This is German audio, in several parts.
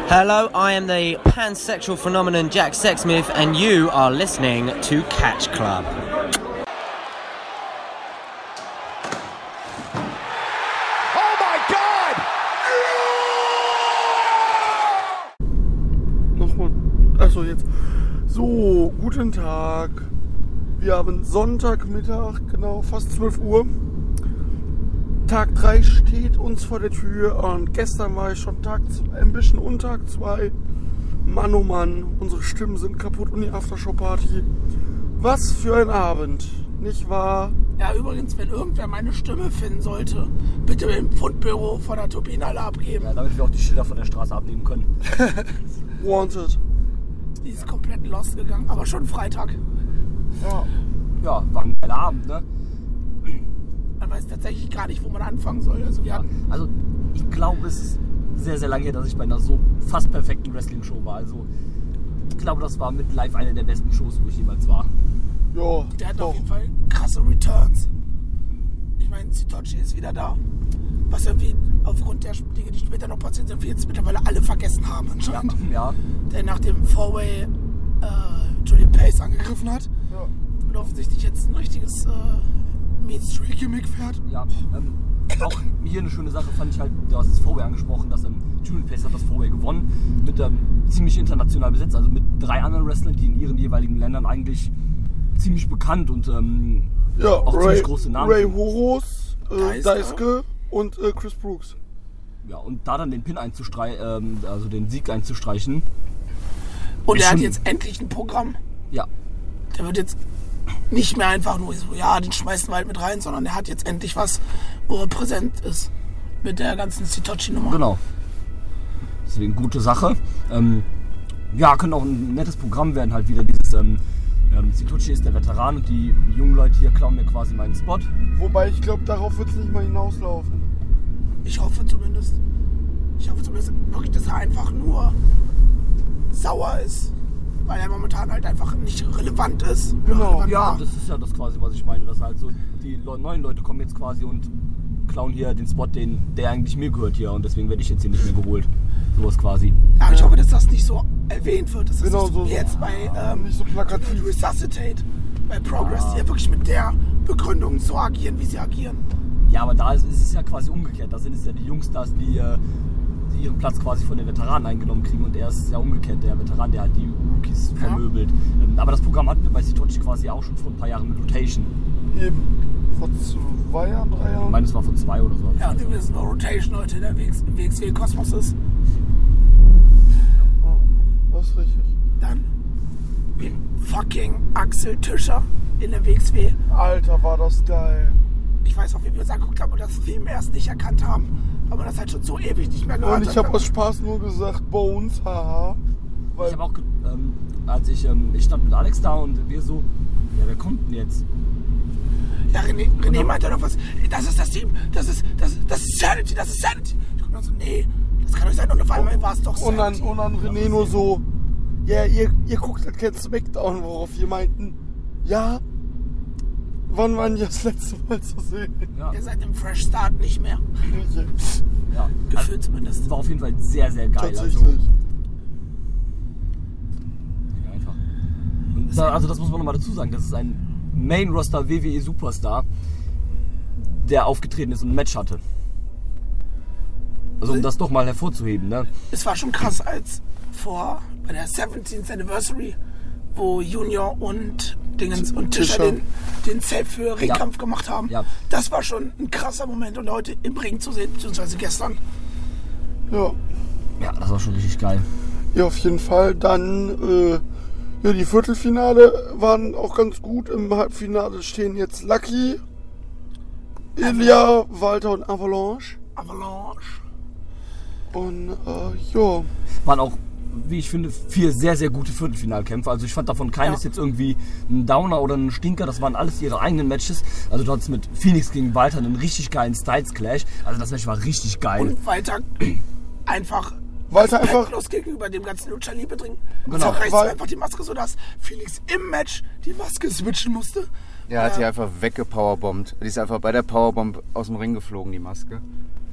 Hello, I am the pansexual phenomenon Jack Sexsmith, and you are listening to Catch Club. Oh my God! Nochmal. Achso, jetzt. So, guten Tag. Wir haben Sonntagmittag, genau, fast 12 Uhr. Tag 3 steht uns vor der Tür und gestern war ich schon ein bisschen unter Tag 2. Mann, oh Mann, unsere Stimmen sind kaputt und die Aftershow-Party. Was für ein Abend, nicht wahr? Ja, übrigens, wenn irgendwer meine Stimme finden sollte, bitte im Fundbüro von der Turbinale abgeben. Ja, damit wir auch die Schilder von der Straße abnehmen können. Wanted. Die ist komplett lost gegangen, aber schon Freitag. Ja, war ein geiler Abend, ne? Man weiß tatsächlich gar nicht, wo man anfangen soll. Also, Also ich glaube, es ist sehr, sehr lange her, dass ich bei einer so fast perfekten Wrestling-Show war. Also ich glaube, das war mit live eine der besten Shows, wo ich jemals war. Ja, der hat doch. auf jeden Fall krasse Returns. Ich meine, Sitochi ist wieder da. Was irgendwie aufgrund der Dinge, die später noch passiert sind, wir jetzt mittlerweile alle vergessen haben anscheinend. Ja. Der nach dem Four-Way Julian Pace angegriffen hat. Ja. Und offensichtlich jetzt ein richtiges Meat-Street-Gimmick fährt. Ja, auch hier eine schöne Sache fand ich halt, du hast das Four-Way angesprochen, dass Julian Pace hat das Four-Way gewonnen, mit ziemlich international besetzt, also mit 3 anderen Wrestlern, die in ihren jeweiligen Ländern eigentlich ziemlich bekannt und auch ziemlich große Namen Ray sind. Horus, Daisuke und Chris Brooks. Ja, und da dann den Pin also den Sieg einzustreichen. Und er hat jetzt endlich ein Programm. Ja. Der wird jetzt nicht mehr einfach nur so, ja, den schmeißen wir halt mit rein, sondern er hat jetzt endlich was, wo er präsent ist. Mit der ganzen Sitochi-Nummer. Genau. Deswegen gute Sache. Könnte auch ein nettes Programm werden, halt wieder dieses Sitochi ist der Veteran und die jungen Leute hier klauen mir quasi meinen Spot. Wobei ich glaube, darauf wird es nicht mal hinauslaufen. Ich hoffe zumindest wirklich, dass er einfach nur sauer ist. Weil er momentan halt einfach nicht relevant ist. Genau. Ja, das ist ja das quasi, was ich meine. Dass halt so die neuen Leute kommen jetzt quasi und klauen hier den Spot, der eigentlich mir gehört hier. Und deswegen werde ich jetzt hier nicht mehr geholt. Sowas quasi. Ja, aber ich hoffe, dass das nicht so erwähnt wird. Dass das Genau nicht so so. wie jetzt bei Nicht so plakativ. Resuscitate, bei Progress, die ja wirklich mit der Begründung so agieren, wie sie agieren. Ja, aber da ist es ja quasi umgekehrt. Da sind es ja die Jungstars, die ihren Platz quasi von den Veteranen eingenommen kriegen. Und er ist ja umgekehrt, der Veteran, der halt die Rookies vermöbelt. Aber das Programm hatten wir bei Sitochi quasi auch schon vor ein paar Jahren mit Rotation. Eben. Vor 2 Jahren, 3 Jahren? Ich meine, es war von 2 oder so. Ja, und wir wissen, wo Rotation heute der WXW Kosmos ist. Das ist richtig. Dann fucking Axel Tischer in der WXW. Alter, war das geil. Ich weiß auch, wie wir uns angeguckt haben und das Theme erst nicht erkannt haben. Aber das halt schon so ewig nicht mehr gehört. Und ich habe aus Spaß nur gesagt, Bones, haha. Ich habe auch, als ich stand mit Alex da und wir so, ja, wer kommt denn jetzt? Ja, René meinte doch was, das ist das Team, das ist Sanity, das ist Sanity. Ich guck dann so, nee, das kann doch sein. Und auf einmal war es doch Sanity. Und dann René nur so, ja, ihr guckt halt kein Smackdown, worauf wir meinten, ja, wann waren die das letzte Mal zu sehen? Ja. Ihr seid im Fresh Start nicht mehr. Ja. Gefühlt zumindest. Das war auf jeden Fall sehr, sehr geil. Tatsächlich. Also das muss man nochmal dazu sagen, das ist ein Main-Roster WWE Superstar, der aufgetreten ist und ein Match hatte. Also um das doch mal hervorzuheben, ne? Es war schon krass, als bei der 17th Anniversary, wo Junior und Dingens und Tischer den Save für Ringkampf gemacht haben. Ja. Das war schon ein krasser Moment und heute im Ring zu sehen, beziehungsweise gestern. Ja. Ja, das war schon richtig geil. Ja, auf jeden Fall. Dann, die Viertelfinale waren auch ganz gut. Im Halbfinale stehen jetzt Lucky, Ilya, Walter und Avalanche. Und, Waren auch, wie ich finde, 4 sehr, sehr gute Viertelfinalkämpfe. Also ich fand davon keines jetzt irgendwie ein Downer oder ein Stinker. Das waren alles ihre eigenen Matches. Also du hattest mit Phoenix gegen Walter einen richtig geilen Styles-Clash. Also das Match war richtig geil. Und Walter einfach gegenüber dem ganzen Lucha-Liebe-Ding. Genau. Zerreißt einfach die Maske, sodass Phoenix im Match die Maske switchen musste. Der hat die einfach weggepowerbombt. Die ist einfach bei der Powerbomb aus dem Ring geflogen, die Maske.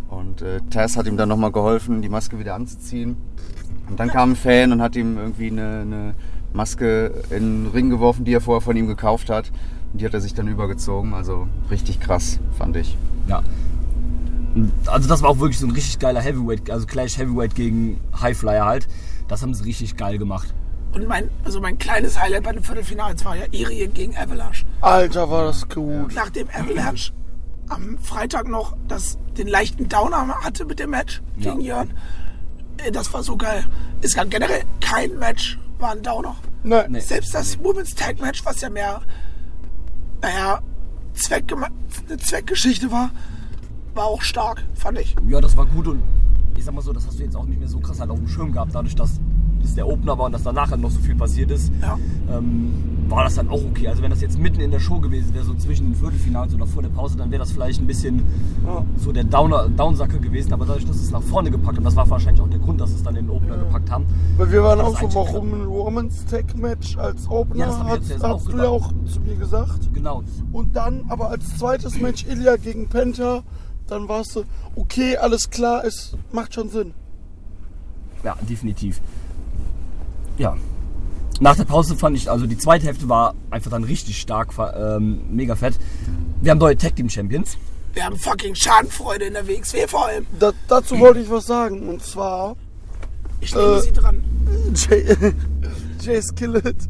Und Taz hat ihm dann nochmal geholfen, die Maske wieder anzuziehen. Und dann kam ein Fan und hat ihm irgendwie eine Maske in den Ring geworfen, die er vorher von ihm gekauft hat. Und die hat er sich dann übergezogen. Also richtig krass, fand ich. Ja. Also das war auch wirklich so ein richtig geiler Heavyweight, also Clash Heavyweight gegen Highflyer halt. Das haben sie richtig geil gemacht. Und mein kleines Highlight bei dem Viertelfinale war ja Irie gegen Avalanche. Alter, war das gut. Nachdem Avalanche am Freitag noch den leichten Downer hatte mit dem Match gegen Jörn. Das war so geil. Es gab generell kein Match, war ein Downer. Nee. Selbst das Women's Tag Match, was ja mehr, eine Zweckgeschichte war auch stark, fand ich. Ja, das war gut und ich sag mal so, das hast du jetzt auch nicht mehr so krass halt auf dem Schirm gehabt, dadurch, dass es der Opener war und dass danach halt noch so viel passiert ist, war das dann auch okay. Also wenn das jetzt mitten in der Show gewesen wäre, so zwischen den Viertelfinals oder vor der Pause, dann wäre das vielleicht ein bisschen so der Downsacker gewesen, aber dadurch, dass es nach vorne gepackt und das war wahrscheinlich auch der Grund, dass es dann in den Opener gepackt haben. Weil wir waren auch so, warum ein Women's Tag Match als Opener, ja, hast du ja auch zu mir gesagt. Genau. Und dann aber als zweites Match Ilya gegen Penta, dann warst du, okay, alles klar, es macht schon Sinn. Ja, definitiv. Ja. Nach der Pause fand ich, also die zweite Hälfte war einfach dann richtig stark, mega fett. Wir haben neue Tag Team Champions. Wir haben fucking Schadenfreude in der WXW vor allem. Dazu wollte ich was sagen, und zwar... Ich nehme sie dran. Jay Skillet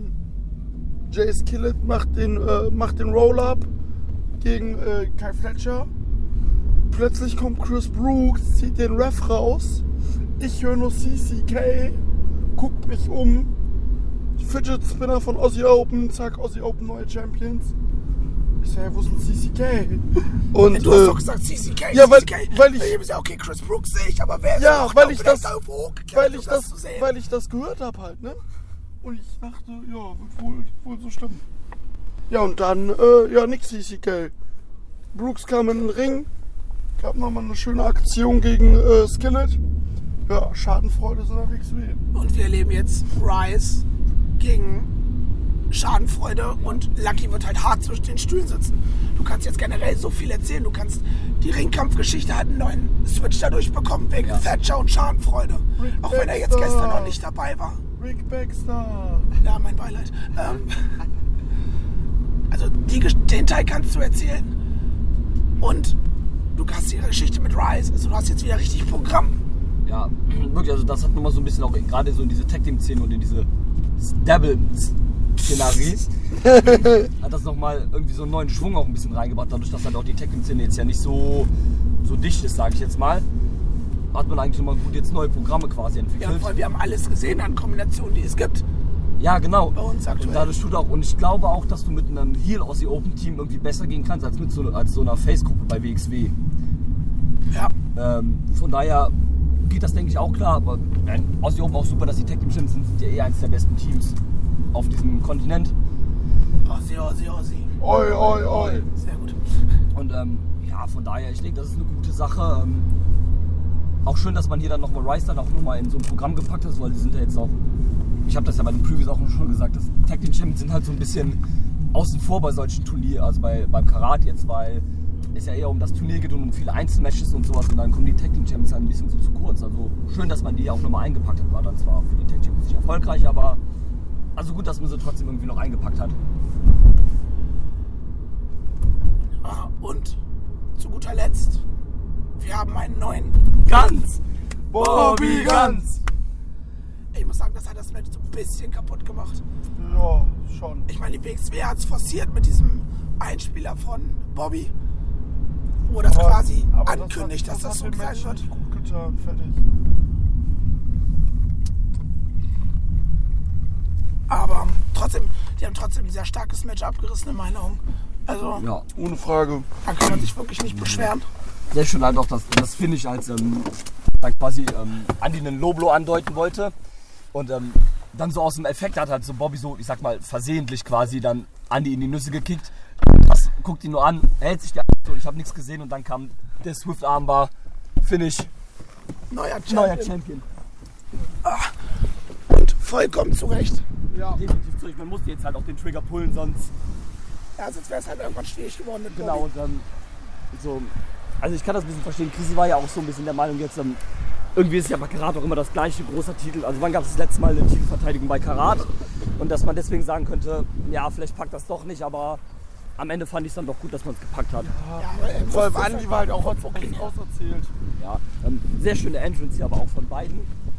macht den Roll-Up gegen Kai Fletcher. Plötzlich kommt Chris Brooks, zieht den Ref raus. Ich höre nur CCK, guck mich um. Fidget Spinner von Aussie Open, zack, Aussie Open neue Champions. Ich sag, wo ist denn CCK? Und, du hast doch gesagt CCK. Ja, weil ich... Okay, Chris Brooks sehe ich, aber wer ist ja, noch weil ich hochgeklettert, weil ich das gehört habe halt, ne? Und ich dachte, ja, wird wohl so stimmen. Ja, und dann, nix CCK. Brooks kam in den Ring, gab nochmal eine schöne Aktion gegen Skillet. Ja, Schadenfreude ist unterwegs wie. Und wir erleben jetzt Rise gegen Schadenfreude und Lucky wird halt hart zwischen den Stühlen sitzen. Du kannst jetzt generell so viel erzählen. Du kannst die Ringkampfgeschichte halt einen neuen Switch dadurch bekommen wegen Thatcher und Schadenfreude. Rick auch wenn er jetzt gestern noch nicht dabei war. Rick Baxter. Ja, mein Beileid. Also den Teil kannst du erzählen. Und du hast die Geschichte mit Rise. Also du hast jetzt wieder richtig Programm. Ja, wirklich, also das hat nochmal so ein bisschen auch gerade so in diese Tag-Team-Szene und in diese Double-Szenarie hat das nochmal irgendwie so einen neuen Schwung auch ein bisschen reingebracht, dadurch, dass halt auch die Tag-Team-Szene jetzt ja nicht so dicht ist, sage ich jetzt mal. Hat man eigentlich nochmal gut jetzt neue Programme quasi entwickelt. Ja, weil wir haben alles gesehen an Kombinationen, die es gibt. Ja, genau. Bei uns aktuell. Und dadurch tut auch, und ich glaube auch, dass du mit einem Heel-Aussie Open-Team irgendwie besser gehen kannst, als mit so einer Face-Gruppe bei WXW. Ja. Von daher geht das, denke ich, auch klar, aber Aussie Open auch super, dass die Tag Team Champions sind ja eins der besten Teams auf diesem Kontinent. Aussie. Oi. Sehr gut. Und von daher, ich denke, das ist eine gute Sache. Auch schön, dass man hier dann nochmal Rise dann auch nochmal in so ein Programm gepackt hat, weil die sind ja jetzt auch, ich habe das ja bei den Previews auch schon gesagt, dass Tag Team Champions sind halt so ein bisschen außen vor bei solchen Turnieren, also beim Karat jetzt, weil es ja eher um das Turnier geht und um viele Einzelmatches und sowas und dann kommen die Tag Team Champions halt ein bisschen so zu kurz. Also schön, dass man die auch nochmal eingepackt hat, war dann zwar für die Tag Champions nicht erfolgreich, aber also gut, dass man sie trotzdem irgendwie noch eingepackt hat. Und zu guter Letzt, wir haben einen neuen Guns! Bobby Guns! Ich muss sagen, das hat das Match so ein bisschen kaputt gemacht. Ja, schon. Ich meine, die WXW hat es forciert mit diesem Einspieler von Bobby, wo das quasi ankündigt, dass das so sein wird. Gut getan, fertig. Aber trotzdem, die haben trotzdem ein sehr starkes Match abgerissen in meinen Augen. Also, Ja, Ohne Frage. man kann sich wirklich nicht beschweren. sehr schön halt auch das Finish, als dann quasi Andi einen Low-Blow andeuten wollte und dann so aus dem Effekt hat halt so Bobby so, ich sag mal, versehentlich quasi dann Andi in die Nüsse gekickt. Das guckt ihn nur an, hält sich der so, ich habe nichts gesehen und dann kam der Swift Armbar, Finish, Neuer Champion. Und vollkommen zurecht. Ja. Definitiv zurück, man musste jetzt halt auch den Trigger pullen, sonst Ja, sonst wäre es halt irgendwann schwierig geworden mit genau Bobby. und so Also ich kann das ein bisschen verstehen. Chrissy war ja auch so ein bisschen der Meinung jetzt, irgendwie ist ja bei Karat auch immer das gleiche, großer Titel. Also wann gab es das letzte Mal eine Titelverteidigung bei Karat? Und dass man deswegen sagen könnte, ja, vielleicht packt das doch nicht, aber am Ende fand ich es dann doch gut, dass man es gepackt hat. Vor allem Andi war halt auch auserzählt. Ja, sehr schöne Entrance hier aber auch von beiden.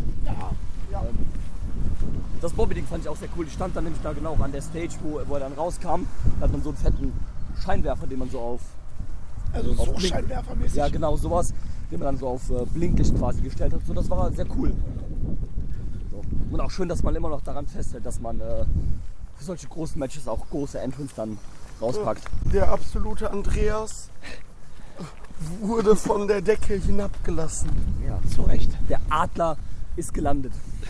Das Bobby-Ding fand ich auch sehr cool. Ich stand dann nämlich da genau an der Stage, wo er dann rauskam. Da hat man so einen fetten Scheinwerfer, den man so auf... Also so scheinwerfermäßig. Ja, genau, sowas, den man dann so auf Blinklicht quasi gestellt hat. So, das war sehr cool. So. Und auch schön, dass man immer noch daran festhält, dass man für solche großen Matches auch große Entrance dann rauspackt. Der absolute Andreas wurde von der Decke hinabgelassen. Ja, zu Recht. Der Adler ist gelandet.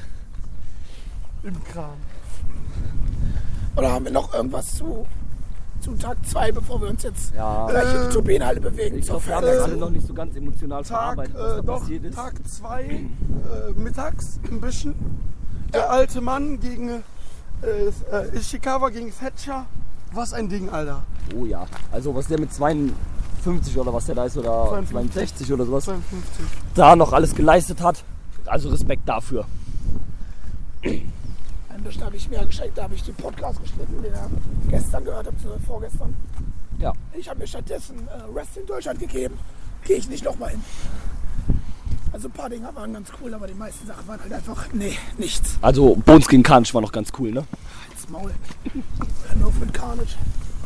Im Kram. Oder haben wir noch irgendwas zu Tag 2, bevor wir uns jetzt Ja. gleich in die Turbinenhalle bewegen? Ich glaube, wir haben das alle noch nicht so ganz emotional verarbeitet, was da passiert ist. Tag 2, mittags ein bisschen. Der alte Mann gegen Ishikawa gegen Thatcher. Was ein Ding, Alter. Oh ja, also was der mit 52 oder was der da ist oder 62 oder sowas 52. da noch alles geleistet hat. Also Respekt dafür. Da habe ich mir geschenkt, da habe ich den Podcast geschnitten, den ihr gestern gehört habt, oder vorgestern. Ja. Ich habe mir stattdessen Wrestling Deutschland gegeben. Gehe ich nicht nochmal hin. Also ein paar Dinge waren ganz cool, aber die meisten Sachen waren halt einfach, nichts. Also Bones gegen Carnage war noch ganz cool, ne? Ins Maul. No mit Carnage.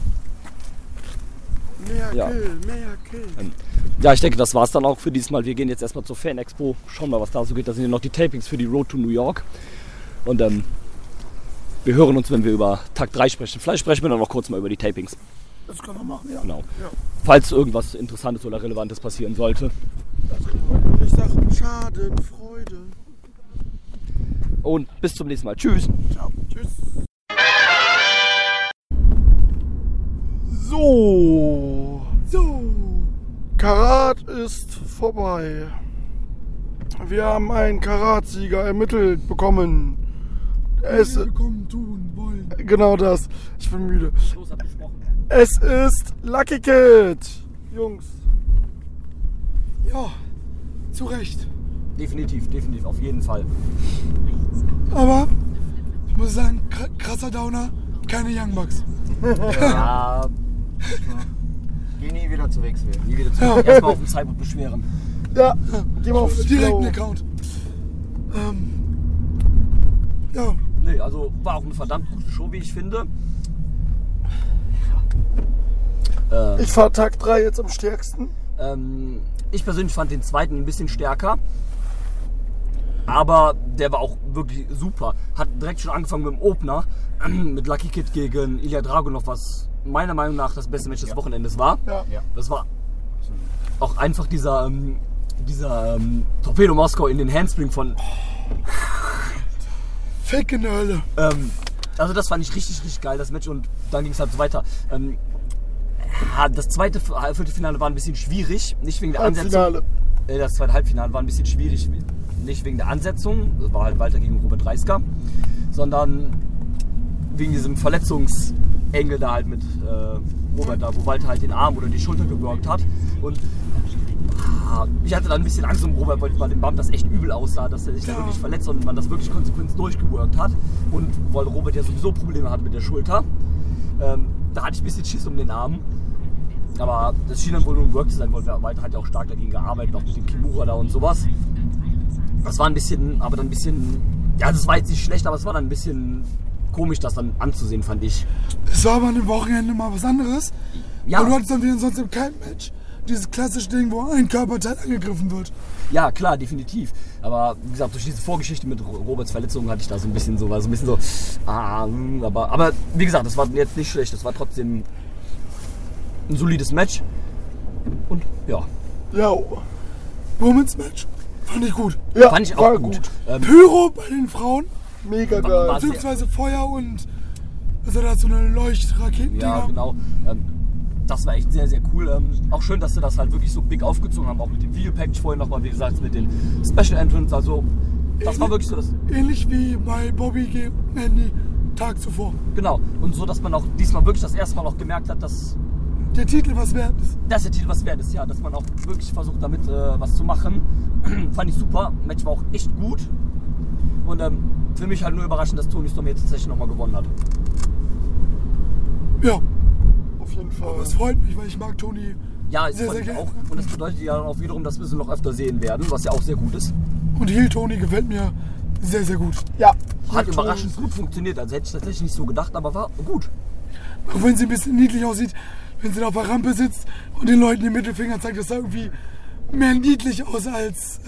Mehr Kill. Ja, ich denke, das war's dann auch für diesmal. Wir gehen jetzt erstmal zur Fan Expo, schauen mal, was da so geht. Da sind ja noch die Tapings für die Road to New York. Und wir hören uns, wenn wir über Tag 3 sprechen. Vielleicht sprechen wir dann noch kurz mal über die Tapings. Das können wir machen, ja. Genau. Falls irgendwas Interessantes oder Relevantes passieren sollte. Ich sag Schadenfreude. Und bis zum nächsten Mal. Tschüss. Ciao. Tschüss. So. Karat ist vorbei. Wir haben einen Karat-Sieger ermittelt bekommen. Willkommen tun wollen. Genau das. Ich bin müde. Los, hat gesprochen. Es ist Lucky Kid. Jungs. Ja, zu Recht. Definitiv, auf jeden Fall. Aber ich muss sagen, krasser Downer, keine Young Bucks. Ja, Geh nie wieder zu Wechsel. nie wieder zurück. Erstmal auf dem Cyborg beschweren. Ja, geh mal aufs Direkt Klo. einen Account. Ja, Nee, also war auch eine verdammt gute Show, wie ich finde. Ich fahr Tag 3 jetzt am stärksten. Ich persönlich fand den zweiten ein bisschen stärker. Aber der war auch wirklich super. Hat direkt schon angefangen mit dem Opener. Mit Lucky Kid gegen Ilya Dragunov, was meiner Meinung nach das beste Match des Wochenendes war. Ja. Das war auch einfach dieser Torpedo Moskau in den Handspring von... Fake in der Hölle. Also das fand ich richtig geil, das Match. Und dann ging es halt so weiter. Das zweite Viertelfinale war ein bisschen schwierig. Nicht wegen der Ansetzung. Halbfinale. Das zweite Halbfinale war ein bisschen schwierig. Nicht wegen der Ansetzung, das war halt Walter gegen Robert Reisker, sondern wegen diesem Verletzungsengel da halt mit Robert da, wo Walter halt den Arm oder die Schulter geworkt hat. Und ich hatte dann ein bisschen Angst um Robert, weil bei dem Bump das echt übel aussah, dass er sich da wirklich verletzt und man das wirklich konsequent durchgeworkt hat. Und weil Robert ja sowieso Probleme hat mit der Schulter, da hatte ich ein bisschen Schiss um den Arm. Aber das schien dann wohl nur ein Work zu sein, weil Walter hat ja auch stark dagegen gearbeitet, auch mit dem Kimura da und sowas. Das war ein bisschen, ja, das war jetzt nicht schlecht, aber es war dann ein bisschen komisch, das dann anzusehen, fand ich. Es war aber an dem Wochenende mal was anderes. Ja. Aber du hattest dann wieder sonst im Match dieses klassische Ding, wo ein Körperteil angegriffen wird. Ja, klar, definitiv. Aber wie gesagt, durch diese Vorgeschichte mit Roberts Verletzung hatte ich da so ein bisschen so, aber wie gesagt, das war jetzt nicht schlecht, das war trotzdem ein solides Match. Und ja. Ja. Women's Match. Fand ich gut. Ja, Fand ich auch war gut. Pyro bei den Frauen, Mega geil. War sehr- beziehungsweise Feuer und was war das, so eine Leuchtraketen-Dinger. Ja, genau. Das war echt sehr cool. Auch schön, dass sie das halt wirklich so big aufgezogen haben, auch mit dem Video-Package vorhin nochmal, wie gesagt, mit den Special Entrance. Also, das war wirklich so das. Ähnlich wie bei Bobby gegen Andy Tag zuvor. Genau. Und so, dass man auch diesmal wirklich das erste Mal auch gemerkt hat, dass der Titel was wert ist. Dass der Titel was wert ist, ja. Dass man auch wirklich versucht, damit was zu machen. Fand ich super. Match war auch echt gut. Und für mich halt nur überraschend, dass Toni Storm jetzt tatsächlich nochmal gewonnen hat. Ja, auf jeden Fall. Aber es freut mich, weil ich mag Toni Ja, es sehr, freut sehr mich gerne. auch. Und das bedeutet ja auch wiederum, dass wir sie noch öfter sehen werden, was ja auch sehr gut ist. Und Heel Toni gefällt mir sehr, sehr gut. Ja, Hat überraschend gut funktioniert. Also hätte ich tatsächlich nicht so gedacht, aber war gut. Auch wenn sie ein bisschen niedlich aussieht, wenn sie da auf der Rampe sitzt und den Leuten den Mittelfinger zeigt, das sah irgendwie mehr niedlich aus als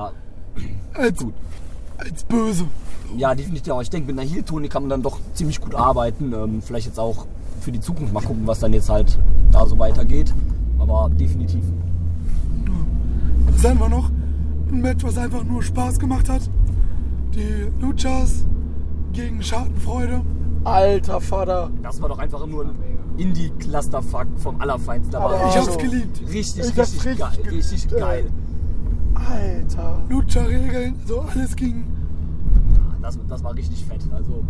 böse. Ja, definitiv. Aber ich denke, mit einer Heel-Toni kann man dann doch ziemlich gut arbeiten. Vielleicht jetzt auch für die Zukunft mal gucken, was dann jetzt halt da so weitergeht. Aber definitiv. Das hatten wir noch ein Match, was einfach nur Spaß gemacht hat. Die Luchas gegen Schadenfreude. alter Vater. Das war doch einfach nur ein Indie-Clusterfuck vom Allerfeinsten. Aber Ich hab's also, geliebt. Richtig, ich hab's richtig geil. richtig Richtig geliebt, geil. Alter. Lucha-Regeln, so alles ging. Das war richtig fett. Also,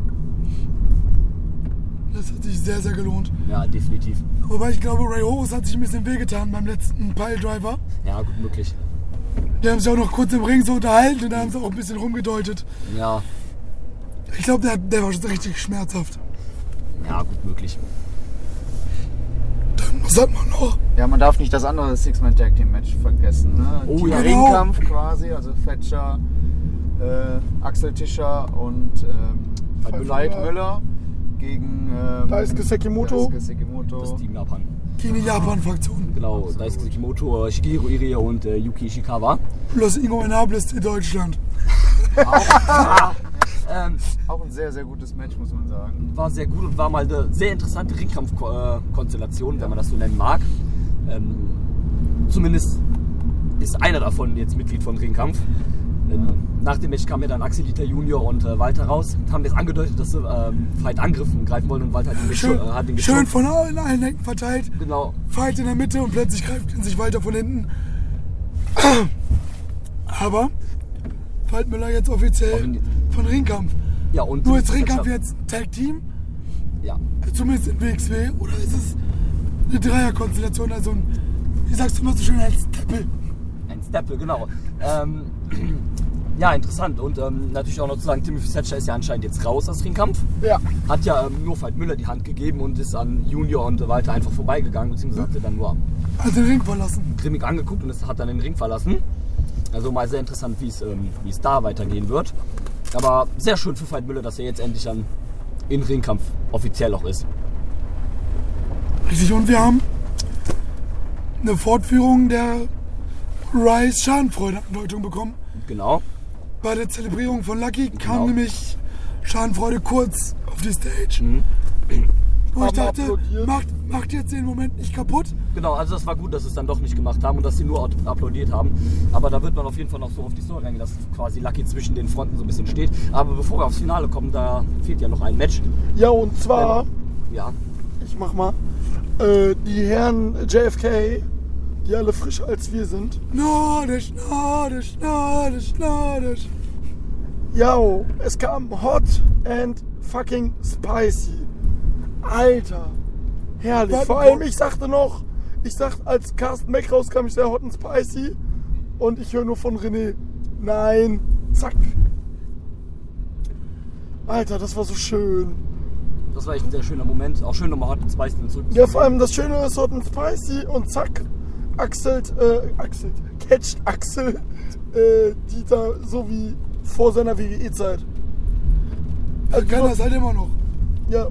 Das hat sich sehr, sehr gelohnt. ja, definitiv. Wobei ich glaube, Ray Horus hat sich ein bisschen wehgetan beim letzten Piledriver. Ja, gut möglich. Die haben sich auch noch kurz im Ring so unterhalten und da haben sie auch ein bisschen rumgedeutet. Ja, Ich glaube, der war richtig schmerzhaft. ja, gut möglich. Dann, was hat man noch? Ja, man darf nicht das andere Six-Man-Tag-Team-Match vergessen. Ne? Oh Team ja. Ringkampf quasi, also Fletcher, Axel Tischer und Veit Müller gegen Daisuke Sekimoto. Das Team Japan. Gegen die Japan-Fraktion. Genau, Daisuke Sekimoto, Shigeru Irie und Yuki Ishikawa. Los Ingo Enables in Deutschland. auch ein sehr, sehr gutes Match, muss man sagen. War sehr gut und war mal eine sehr interessante Ringkampf-Konstellation, wenn man das so nennen mag. Zumindest ist einer davon jetzt Mitglied von Ringkampf. Nach dem Match kamen ja dann Axel Dieter Junior und Walter raus. Haben jetzt angedeutet, dass sie Veit Angriffen greifen wollen und Walter hat den Schön geschubst. von allen Ecken verteilt. Genau. Fight in der Mitte und plötzlich greift ihn sich weiter von hinten. Aber Veit Müller jetzt offiziell von Ringkampf. Ja, und Nur ist Ringkampf jetzt Tag Team, Ja, zumindest in WXW, oder ist es eine Dreierkonstellation, also ein, wie sagst du immer so schön, ein Steppel. ein Stapple, genau. Ja, interessant. Und natürlich auch noch zu sagen, Timothy Thatcher ist ja anscheinend jetzt raus aus Ringkampf. Ja. Hat ja nur Veit Müller die Hand gegeben und ist an Junior und Walter einfach vorbeigegangen, beziehungsweise hat sie dann nur Also den Ring verlassen. grimmig angeguckt und hat dann den Ring verlassen. Also mal sehr interessant, wie es da weitergehen wird. Aber sehr schön für Veit Müller, dass er jetzt endlich dann in Ringkampf offiziell auch ist. Richtig, und wir haben eine Fortführung der Rise Schadenfreude-Andeutung bekommen. Genau. Bei der Zelebrierung von Lucky kam Genau. nämlich Schadenfreude kurz auf die Stage. Wo ich Haben dachte, applaudiert. macht jetzt den Moment nicht kaputt. Genau, also das war gut, dass sie es dann doch nicht gemacht haben und dass sie nur applaudiert haben. Aber da wird man auf jeden Fall noch so auf die Story reingehen, dass quasi Lucky zwischen den Fronten so ein bisschen steht. Aber bevor wir aufs Finale kommen, da fehlt ja noch ein Match. Ja, und zwar, Ja, ich mach mal, die Herren JFK, die alle frischer als wir sind. Nordisch. Ja, es kam hot and fucking spicy. Alter, herrlich. Warte, Vor allem, ich sagte, als Carsten Meck rauskam, ich sage hot and spicy. Und ich höre nur von René, nein, zack. Alter, das war so schön. das war echt ein sehr schöner Moment. Auch schön nochmal Hot and Spicy zurück. Ja, vor allem das Schöne ist hot and spicy und zack, catcht Axel Dieter so wie vor seiner WWE-Zeit. Er kann das halt immer noch. Ja,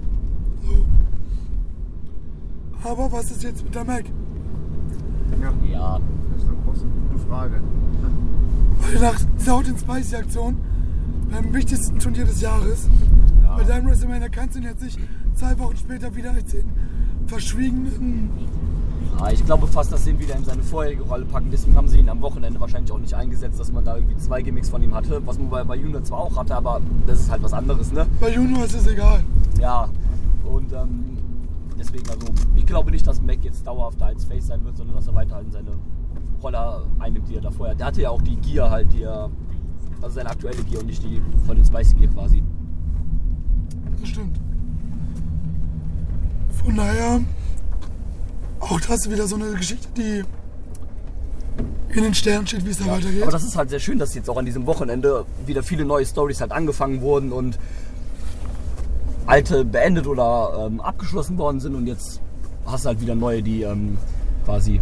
Aber was ist jetzt mit der Mac? Ja, Das ist eine gute Frage. Weil nach dieser Hot and Spicy Aktion, beim wichtigsten Turnier des Jahres, bei deinem WrestleMania kannst du ihn jetzt nicht 2 Wochen später wieder als den verschwiegenen. ja, ich glaube fast, dass sie ihn wieder in seine vorherige Rolle packen. Deswegen haben sie ihn am Wochenende wahrscheinlich auch nicht eingesetzt, dass man da irgendwie 2 Gimmicks von ihm hatte. Was man bei Junior zwar auch hatte, aber das ist halt was anderes, ne? Bei Junior ist es egal. Ja, und deswegen, also ich glaube nicht, dass Mac jetzt dauerhaft da als Face sein wird, sondern dass er weiterhin seine Rolle einnimmt, die er da vorher hat. Der hatte ja auch die Gear halt, also seine aktuelle Gear und nicht die von den Spicy Gear quasi. Das stimmt. Von daher auch das wieder so eine Geschichte, die in den Sternen steht, wie es da weitergeht. Aber das ist halt sehr schön, dass jetzt auch an diesem Wochenende wieder viele neue Storys halt angefangen wurden und alte beendet oder abgeschlossen worden sind und jetzt hast du halt wieder neue, die quasi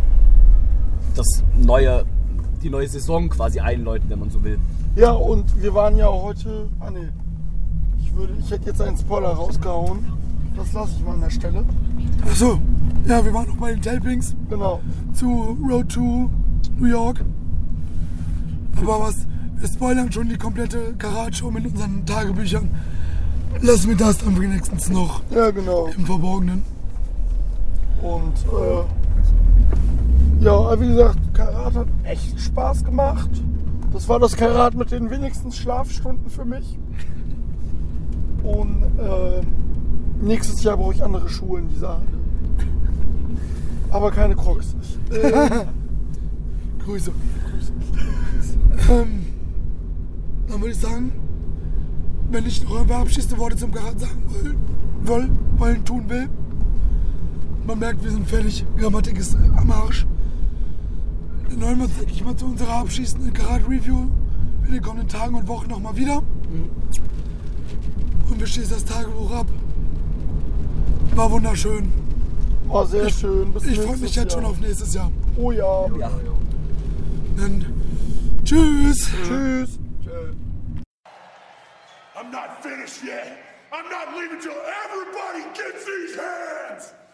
die neue Saison quasi einläuten, wenn man so will. Ja, und wir waren ja heute... Ich hätte jetzt einen Spoiler rausgehauen. Das lasse ich mal an der Stelle. Achso, ja, wir waren noch bei den Tapings Genau. zu Road to New York. Aber wir spoilern schon die komplette Karat-Show mit unseren Tagebüchern. Lassen wir das dann wenigstens noch Ja, genau. im Verborgenen. Und ja, wie gesagt, Karat hat echt Spaß gemacht. Das war das Karat mit den wenigsten Schlafstunden für mich. Und nächstes Jahr brauche ich andere Schuhe in dieser Halle. Aber keine Crocs. Grüße. Dann würde ich sagen, wenn ich noch abschließende Worte zum Karat sagen tun will. Man merkt, wir sind fertig. Grammatik ist am Arsch. Dann hören wir uns, denke ich mal, zu unserer abschließenden Karat-Review in den kommenden Tagen und Wochen nochmal wieder. Und wir schließen das Tagebuch ab. War wunderschön. Oh, sehr schön. Bis Ich freue mich nächstes jetzt schon Jahr. auf nächstes Jahr. Oh ja. Ja. Dann tschüss. Tschüss. I'm not finished yet. I'm not leaving till everybody gets these hands.